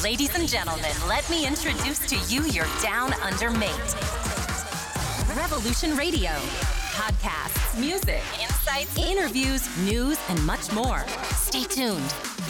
Ladies and gentlemen, let me introduce to you your Down Under mate. Revolution Radio. Podcasts, music, insights, interviews, news, and much more. Stay tuned.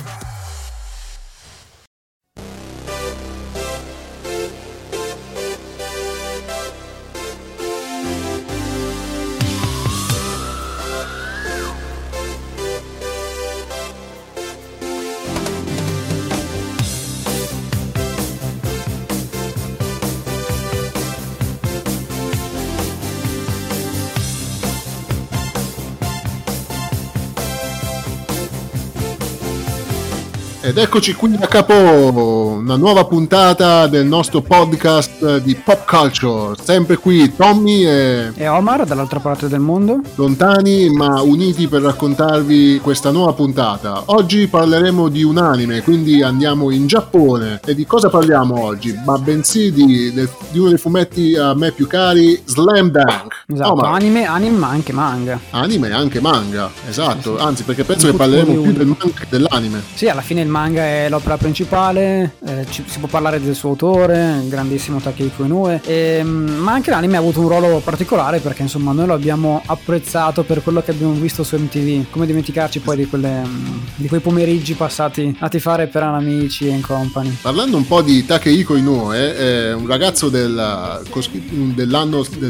Ed eccoci qui da capo, una nuova puntata del nostro podcast di Pop Culture. Sempre qui Tommy e Omar dall'altra parte del mondo, lontani ma uniti per raccontarvi questa nuova puntata. Oggi parleremo di un anime, quindi andiamo in Giappone. E di cosa parliamo oggi? Ma bensì di uno dei fumetti a me più cari, Slam Dunk. Esatto, Omar. Anime ma anche manga. Anime e anche manga, esatto. Sì. Anzi, perché penso che parleremo più del manga che dell'anime. Sì, alla fine il manga è l'opera principale, si può parlare del suo autore, il grandissimo Takehiko Inoue, ma anche l'anime ha avuto un ruolo particolare perché insomma noi lo abbiamo apprezzato per quello che abbiamo visto su MTV. Come dimenticarci poi di quei pomeriggi passati a tifare per Anamichi e company. Parlando un po' di Takehiko Inoue, è un ragazzo dell'anno del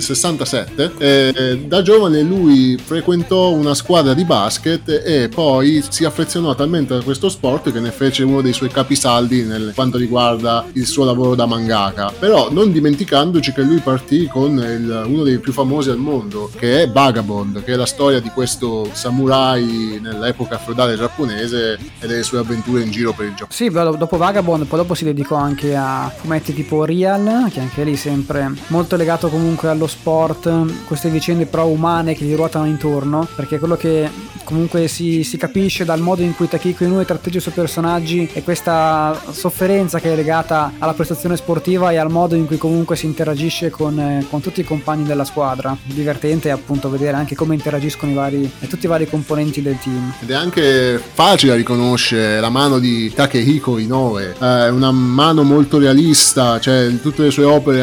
67, da giovane lui frequentò una squadra di basket e poi si affezionò talmente a questo sport che ne fece uno dei suoi capisaldi nel quanto riguarda il suo lavoro da mangaka. Però non dimenticandoci che lui partì con uno dei più famosi al mondo, che è Vagabond, che è la storia di questo samurai nell'epoca feudale giapponese e delle sue avventure in giro per il Giappone. Sì, dopo Vagabond poi dopo si dedicò anche a fumetti tipo Real, che anche lì sempre molto legato comunque allo sport, queste vicende però umane che gli ruotano intorno, perché quello che comunque si capisce dal modo in cui Takehiko Inoue tratteggia i suoi personaggi e questa sofferenza che è legata alla prestazione sportiva e al modo in cui comunque si interagisce con tutti i compagni della squadra. Divertente appunto vedere anche come interagiscono tutti i vari componenti del team. Ed è anche facile riconoscere la mano di Takehiko Inoue, è una mano molto realista, cioè tutte le sue opere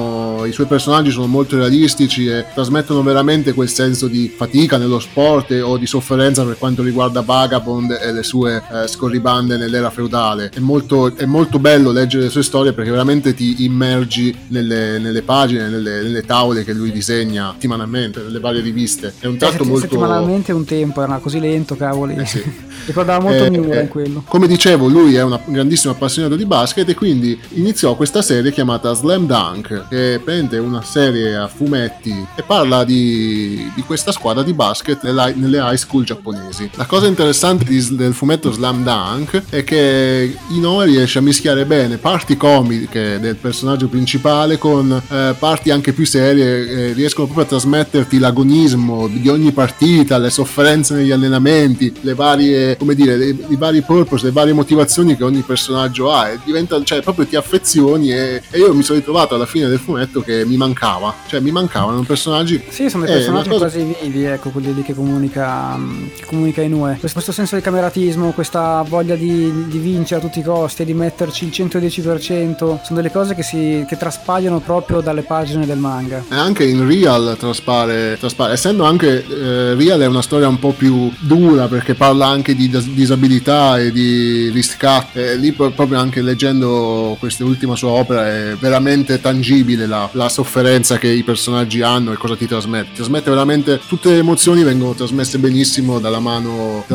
i suoi personaggi sono molto realistici e trasmettono veramente quel senso di fatica nello sport o di sofferenza per quanto riguarda Vagabond e le sue scorribande nell'era feudale. È molto bello leggere le sue storie perché veramente ti immergi nelle pagine, nelle tavole che lui disegna settimanalmente nelle varie riviste. È un tratto molto settimanalmente un tempo era così lento, cavoli. Sì. Ricordava molto Miura in quello. Come dicevo, lui è un grandissimo appassionato di basket e quindi iniziò questa serie chiamata Slam Dunk, che prende una serie a fumetti e parla di questa squadra di basket nelle high school giapponesi. La cosa interessante del fumetto Slam Dunk è che Inoue riesce a mischiare bene parti comiche del personaggio principale con parti anche più serie, riescono proprio a trasmetterti l'agonismo di ogni partita, le sofferenze negli allenamenti, le varie, come dire, i vari purpose, le varie motivazioni che ogni personaggio ha, e diventa, cioè proprio ti affezioni e io mi sono ritrovato alla fine del fumetto che mi mancavano personaggi. Sì, sono dei personaggi quasi vivi, ecco, quelli lì che comunica Inoue. Questo senso di cameratismo, questa voglia di vincere a tutti i costi e di metterci il 110%, sono delle cose che traspaiono proprio dalle pagine del manga. E anche in Real traspare, essendo anche Real è una storia un po' più dura perché parla anche di disabilità e di riscatto, lì proprio anche leggendo quest'ultima sua opera è veramente tangibile la sofferenza che i personaggi hanno e cosa ti trasmette veramente, tutte le emozioni vengono trasmesse benissimo dalla mano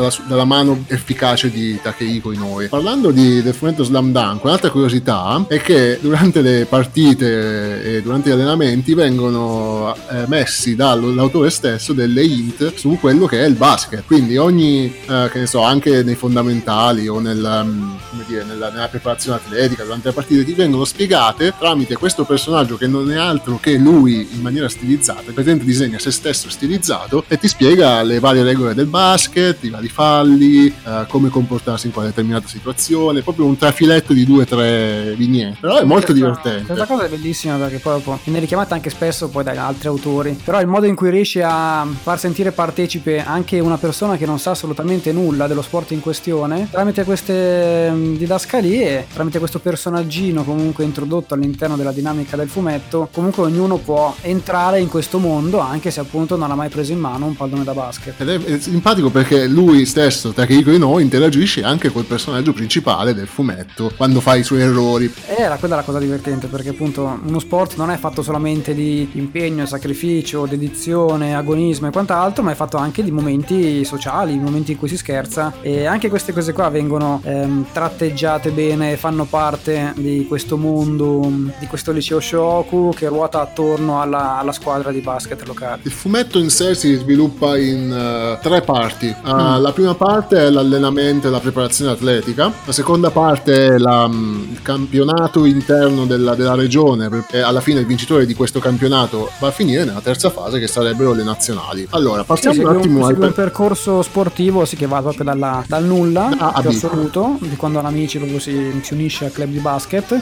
efficace di Takehiko Inoue. Parlando del fumetto Slam Dunk, un'altra curiosità è che durante le partite e durante gli allenamenti vengono messi dall'autore stesso delle hint su quello che è il basket, quindi ogni che ne so, anche nei fondamentali o nella preparazione atletica durante le partite ti vengono spiegate tramite questo personaggio che non è altro che lui in maniera stilizzata stilizzate. Presente disegna se stesso stilizzato e ti spiega le varie regole del basket, i vari falli, come comportarsi in quale determinata situazione, proprio un trafiletto di 2 o 3 vignette, però è molto divertente. Questa cosa è bellissima perché poi viene richiamata anche spesso poi da altri autori, però il modo in cui riesce a far sentire partecipe anche una persona che non sa assolutamente nulla dello sport in questione tramite queste didascalie, tramite questo personaggino comunque introdotto all'interno della dinamica del fumetto, comunque ognuno può entrare in questo mondo anche se appunto non ha mai preso in mano un pallone da basket. Ed è simpatico perché lui stesso, Takehiko Inoue, interagisce anche col personaggio principale del fumetto quando fa i suoi errori. Era quella la cosa divertente, perché appunto uno sport non è fatto solamente di impegno, sacrificio, dedizione, agonismo e quant'altro, ma è fatto anche di momenti sociali, momenti in cui si scherza, e anche queste cose qua vengono tratteggiate bene, fanno parte di questo mondo, di questo liceo Shohoku che ruota attorno alla squadra di basket locale. Il fumetto in sé si sviluppa in 3 parti. La prima parte è l'allenamento e la preparazione atletica, la seconda parte è il campionato interno della regione, perché alla fine il vincitore di questo campionato va a finire nella terza fase, che sarebbero le nazionali. Allora, passiamo un attimo un percorso sportivo che va proprio dal nulla più assoluto, di quando Hanamichi proprio si unisce al club di basket,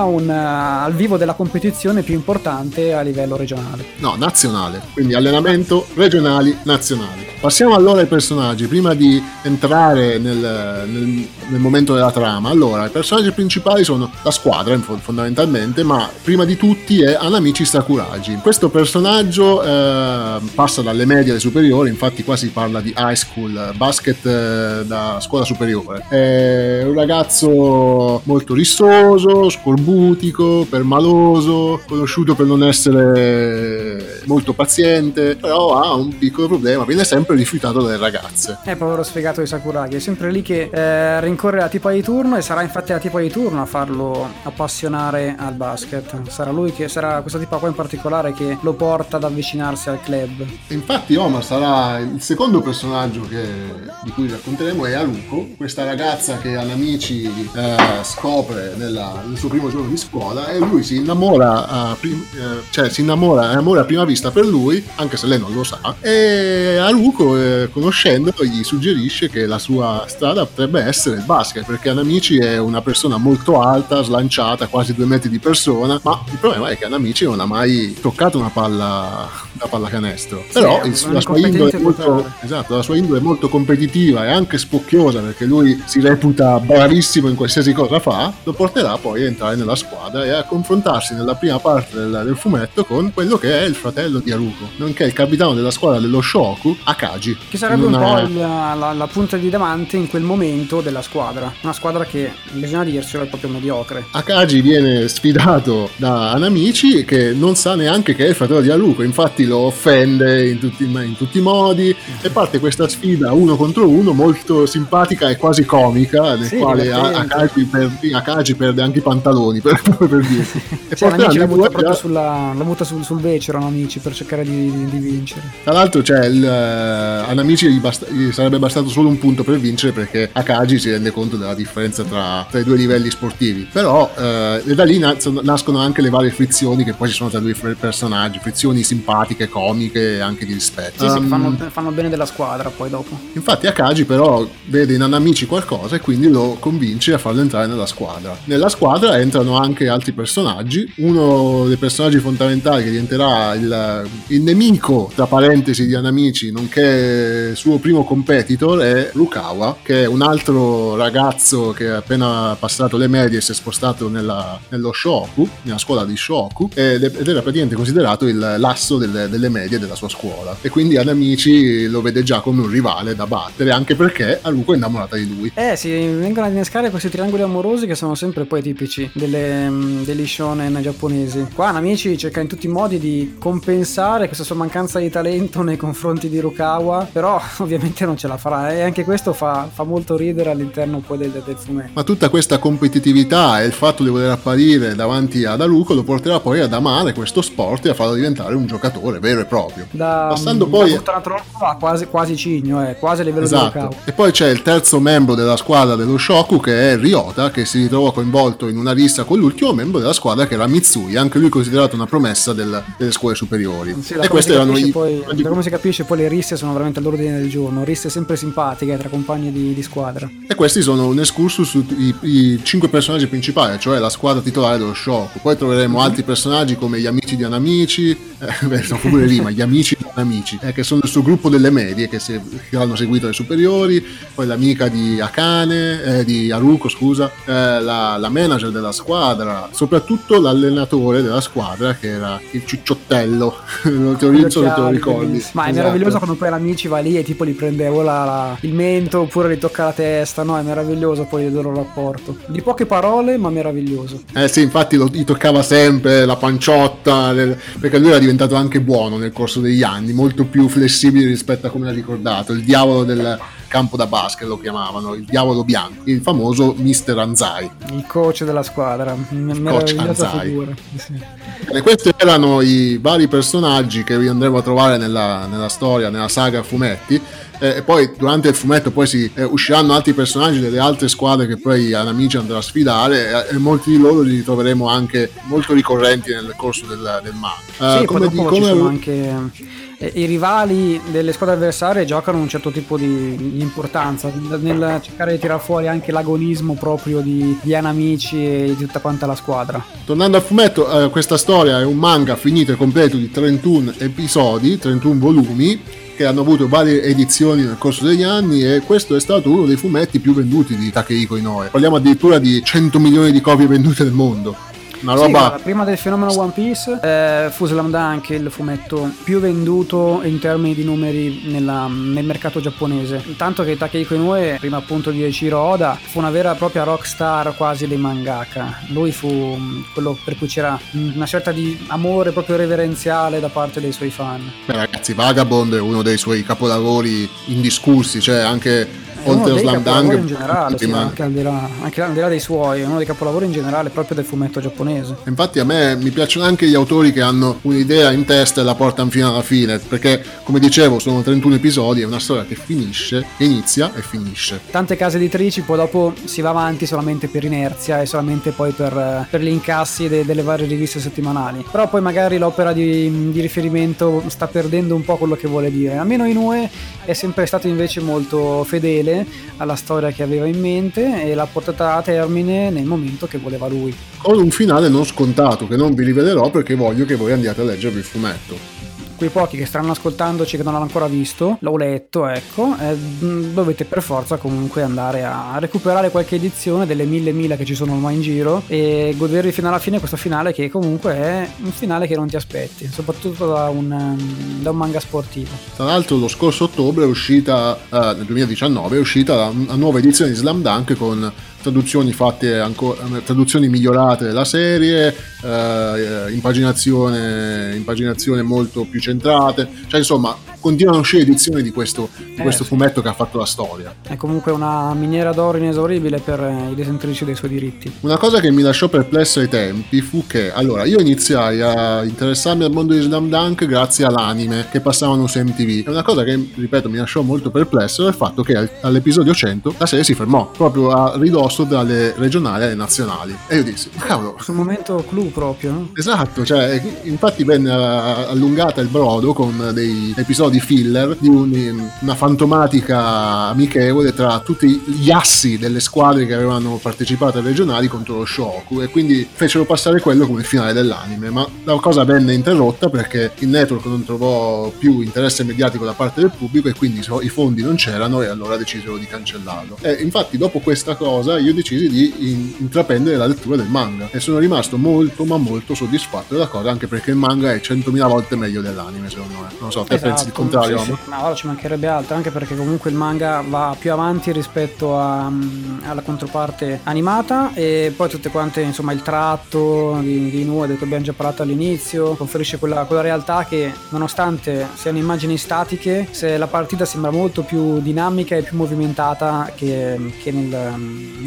al vivo della competizione più importante a livello regionale. No, nazionale, quindi allenamento, regionali, nazionali. Passiamo allora ai personaggi, prima di entrare nel momento della trama. Allora, i personaggi principali sono la squadra fondamentalmente, ma prima di tutti è Hanamichi Sakuragi. Questo personaggio passa dalle medie alle superiori, infatti qua si parla di high school, basket da scuola superiore. È un ragazzo molto rissoso, scorbutico, permaloso, conosciuto per non essere molto paziente, però ha un piccolo problema, viene sempre rifiutato dalle ragazze. È proprio lo sfegato di Sakuragi, è sempre lì che rincorre la tipa di turno, e sarà infatti la tipa di turno a farlo appassionare al basket. Sarà questa tipa qua in particolare che lo porta ad avvicinarsi al club. Infatti Omar sarà il secondo personaggio di cui racconteremo, è Haruko, questa ragazza che Hanamichi scopre nel suo primo giorno di scuola, e lui si innamora a prima vista per lui, anche se lei non lo sa, e Haruko, conoscendolo, gli suggerisce che la sua strada potrebbe essere il basket, perché Hanamichi è una persona molto alta, slanciata, quasi 2 metri di persona, ma il problema è che Hanamichi non ha mai toccato una pallacanestro. Però la sua indole è molto competitiva e anche spocchiosa, perché lui si reputa bravissimo in qualsiasi cosa fa, lo porterà poi a entrare nella squadra e a confrontarsi nella prima parte del fumetto con quello che è il fratello di Haruko, nonché il capitano della squadra dello Shohoku, Akagi, che sarebbe un po' la punta di diamante in quel momento della squadra, una squadra che, bisogna dircelo, è proprio mediocre. Akagi viene sfidato da Hanamichi, che non sa neanche che è il fratello di Haruko, infatti lo offende in tutti i modi, e parte questa sfida 1 contro 1 molto simpatica e quasi comica, nel quale Akagi perde anche i pantaloni per dire. E Hanamichi la butta proprio sul becero, Hanamichi, per cercare di vincere. Tra l'altro Hanamichi gli sarebbe bastato solo un punto per vincere, perché Akagi si rende conto della differenza tra i 2 livelli sportivi, però da lì nascono anche le varie frizioni che poi ci sono tra i 2 personaggi, frizioni simpatiche, comiche e anche di rispetto. Sì, fanno bene della squadra poi dopo. Infatti Akagi però vede in Hanamichi qualcosa e quindi lo convince a farlo entrare nella squadra. Nella squadra entrano anche altri personaggi. Uno dei personaggi fondamentali, che diventerà il nemico, tra parentesi, di Hanamichi, nonché suo primo competitor, è Rukawa, che è un altro ragazzo che ha appena passato le medie e si è spostato nello Shohoku, nella scuola di Shohoku, ed era praticamente considerato l'asso delle medie della sua scuola, e quindi Hanamichi lo vede già come un rivale da battere, anche perché Haruko è innamorata di lui. Si vengono ad innescare questi triangoli amorosi che sono sempre poi tipici degli shonen giapponesi. Qua Hanamichi cerca in tutti i modi di compensare questa sua mancanza di talento nei confronti di Rukawa, però ovviamente non ce la farà, e anche questo fa molto ridere all'interno poi del fumetto. Ma tutta questa competitività e il fatto di voler apparire davanti ad Haruko lo porterà poi ad amare questo sport e a farlo diventare un giocatore lottatore vero e proprio. Passando poi da Fortunato a quasi Cigno, quasi a livello di knockout. E poi c'è il terzo membro della squadra dello Shoku, che è Ryota, che si ritrovò coinvolto in una rissa con l'ultimo membro della squadra, che era Mitsui, anche lui considerato una promessa delle scuole superiori. Sì, e questi erano da come si capisce poi le risse sono veramente all'ordine del giorno, risse sempre simpatiche tra compagni di squadra. E questi sono un excursus sui 5 personaggi principali, cioè la squadra titolare dello Shoku. Poi troveremo altri personaggi come gli amici di Anamichi, sono pure rima, gli amici di Anamichi, che sono il suo gruppo delle medie che hanno seguito le superiori, poi l'amica di Akane, di Haruko, scusa, la manager della squadra, soprattutto l'allenatore della squadra che era il cicciottello, non te lo ricordi. Ma è meraviglioso quando poi l'amici va lì e tipo gli prende il mento oppure gli tocca la testa, no? È meraviglioso poi il loro rapporto, di poche parole ma meraviglioso. Sì, infatti gli toccava sempre la panciotta, perché lui era diventato anche buono nel corso degli anni, molto più flessibile rispetto a come era ricordato, il diavolo del campo da basket lo chiamavano, il diavolo bianco, il famoso Mr. Anzai, il coach della squadra, meravigliosa figura. Sì. E questi erano i vari personaggi che vi andremo a trovare nella storia, nella saga fumetti. E poi durante il fumetto poi usciranno altri personaggi delle altre squadre che poi Anamichi andrà a sfidare, e molti di loro li troveremo anche molto ricorrenti nel corso del manga. Sì, come sono anche i rivali delle squadre avversarie giocano un certo tipo di importanza nel cercare di tirare fuori anche l'agonismo proprio di Anamichi e di tutta quanta la squadra. Tornando al fumetto, questa storia è un manga finito e completo di 31 episodi, 31 volumi, che hanno avuto varie edizioni nel corso degli anni, e questo è stato uno dei fumetti più venduti di Takehiko Inoue. Parliamo addirittura di 100 milioni di copie vendute nel mondo. Una roba... Sì, prima del fenomeno One Piece fu Slam Dunk il fumetto più venduto in termini di numeri nel mercato giapponese, tanto che Takehiko Inoue, prima appunto di Eiichiro Oda, fu una vera e propria rockstar quasi dei mangaka. Lui fu quello per cui c'era una certa di amore proprio reverenziale da parte dei suoi fan. Beh ragazzi, Vagabond è uno dei suoi capolavori indiscussi, cioè anche oltre a Slam Dunk in generale, sì, anche al di là dei suoi, è uno dei capolavori in generale proprio del fumetto giapponese. Infatti a me mi piacciono anche gli autori che hanno un'idea in testa e la portano fino alla fine, perché come dicevo sono 31 episodi, è una storia che finisce, inizia e finisce. Tante case editrici poi dopo si va avanti solamente per inerzia e solamente poi per gli incassi delle varie riviste settimanali, però poi magari l'opera di riferimento sta perdendo un po' quello che vuole dire. Almeno Inoue è sempre stato invece molto fedele alla storia che aveva in mente e l'ha portata a termine nel momento che voleva lui, con un finale non scontato che non vi rivelerò perché voglio che voi andiate a leggervi il fumetto. Quei pochi che stanno ascoltandoci che non l'hanno ancora visto, l'ho letto, ecco, dovete per forza comunque andare a recuperare qualche edizione delle mille che ci sono ormai in giro e godervi fino alla fine questo finale, che comunque è un finale che non ti aspetti, soprattutto da un manga sportivo. Tra l'altro lo scorso ottobre è uscita, nel 2019, è uscita una nuova edizione di Slam Dunk con traduzioni fatte ancora, traduzioni migliorate della serie, impaginazione molto più centrate, cioè insomma continuano a uscire edizioni di questo fumetto che ha fatto la storia. È comunque una miniera d'oro inesauribile per i detentrici dei suoi diritti. Una cosa che mi lasciò perplesso ai tempi fu che, allora, io iniziai a interessarmi al mondo di Slam Dunk grazie all'anime che passavano su MTV, e una cosa che, ripeto, mi lasciò molto perplesso è il fatto che all'episodio 100 la serie si fermò, proprio a ridosso dalle regionali alle nazionali, e io dissi, cavolo, sul momento clou proprio, no? Esatto, cioè infatti venne allungata il brodo con dei episodi filler di una fantomatica amichevole tra tutti gli assi delle squadre che avevano partecipato ai regionali contro lo Shoku, e quindi fecero passare quello come il finale dell'anime, ma la cosa venne interrotta perché il network non trovò più interesse mediatico da parte del pubblico e quindi i fondi non c'erano, e allora decisero di cancellarlo. E infatti dopo questa cosa io decisi di intraprendere la lettura del manga e sono rimasto molto ma molto soddisfatto della cosa, anche perché il manga è 100.000 volte meglio dell'anime, secondo me. Non so, te pensi il contrario? Sì. Ma ora ci mancherebbe altro, anche perché comunque il manga va più avanti rispetto alla controparte animata, e poi tutte quante, insomma, il tratto di Inoue del cui abbiamo già parlato all'inizio conferisce quella realtà che, nonostante siano immagini statiche, se la partita sembra molto più dinamica e più movimentata che nel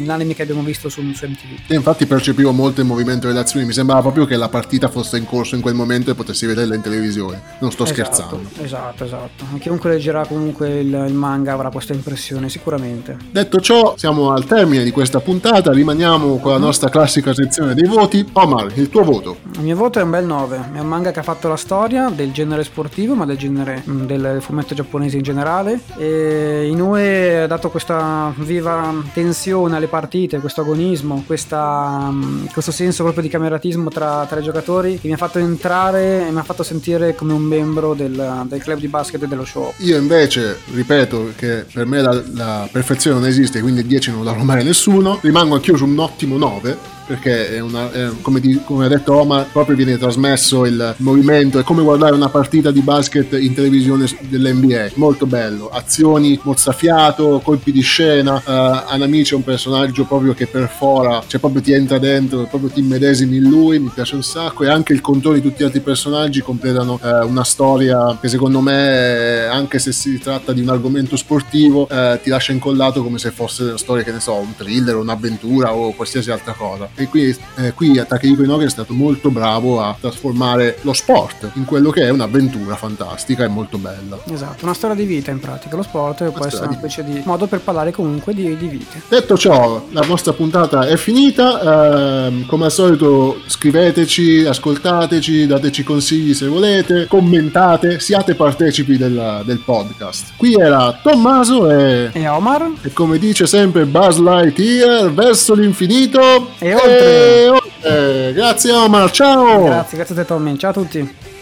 nell'anime che abbiamo visto su MTV. E infatti percepivo molto il movimento delle azioni, mi sembrava proprio che la partita fosse in corso in quel momento e potessi vederla in televisione, non sto scherzando. Esatto. Chiunque leggerà comunque il manga avrà questa impressione sicuramente. Detto ciò, siamo al termine di questa puntata, rimaniamo con la nostra classica sezione dei voti. Omar, il tuo voto? Il mio voto è un bel 9, è un manga che ha fatto la storia del genere sportivo, ma del genere del fumetto giapponese in generale, e Inoue ha dato questa viva tensione alle partite, questo agonismo, questo senso proprio di cameratismo tra i giocatori, che mi ha fatto entrare e mi ha fatto sentire come un membro del club di basket dello show. Io invece ripeto che per me la perfezione non esiste, quindi 10 non lo darò mai a nessuno, rimango anch'io su un ottimo 9, perché come ha detto Omar, proprio viene trasmesso il movimento, è come guardare una partita di basket in televisione dell'NBA, molto bello, azioni mozzafiato, colpi di scena. Anamichi è un personaggio proprio che perfora, cioè proprio ti entra dentro, proprio ti immedesimi in lui, mi piace un sacco, e anche il contorno di tutti gli altri personaggi completano una storia che secondo me, anche se si tratta di un argomento sportivo, ti lascia incollato come se fosse una storia, che ne so, un thriller, un'avventura o qualsiasi altra cosa. E qui Takehiko Inoue è stato molto bravo a trasformare lo sport in quello che è un'avventura fantastica e molto bella. Esatto, una storia di vita in pratica. Lo sport può essere una specie di modo per parlare comunque di vite. Detto ciò, la nostra puntata è finita. Come al solito scriveteci, ascoltateci, dateci consigli se volete, commentate, siate partecipi del podcast. Qui era Tommaso e Omar, e come dice sempre Buzz Lightyear, verso l'infinito e oltre. Grazie Omar, ciao. Grazie a te Tommy, ciao a tutti.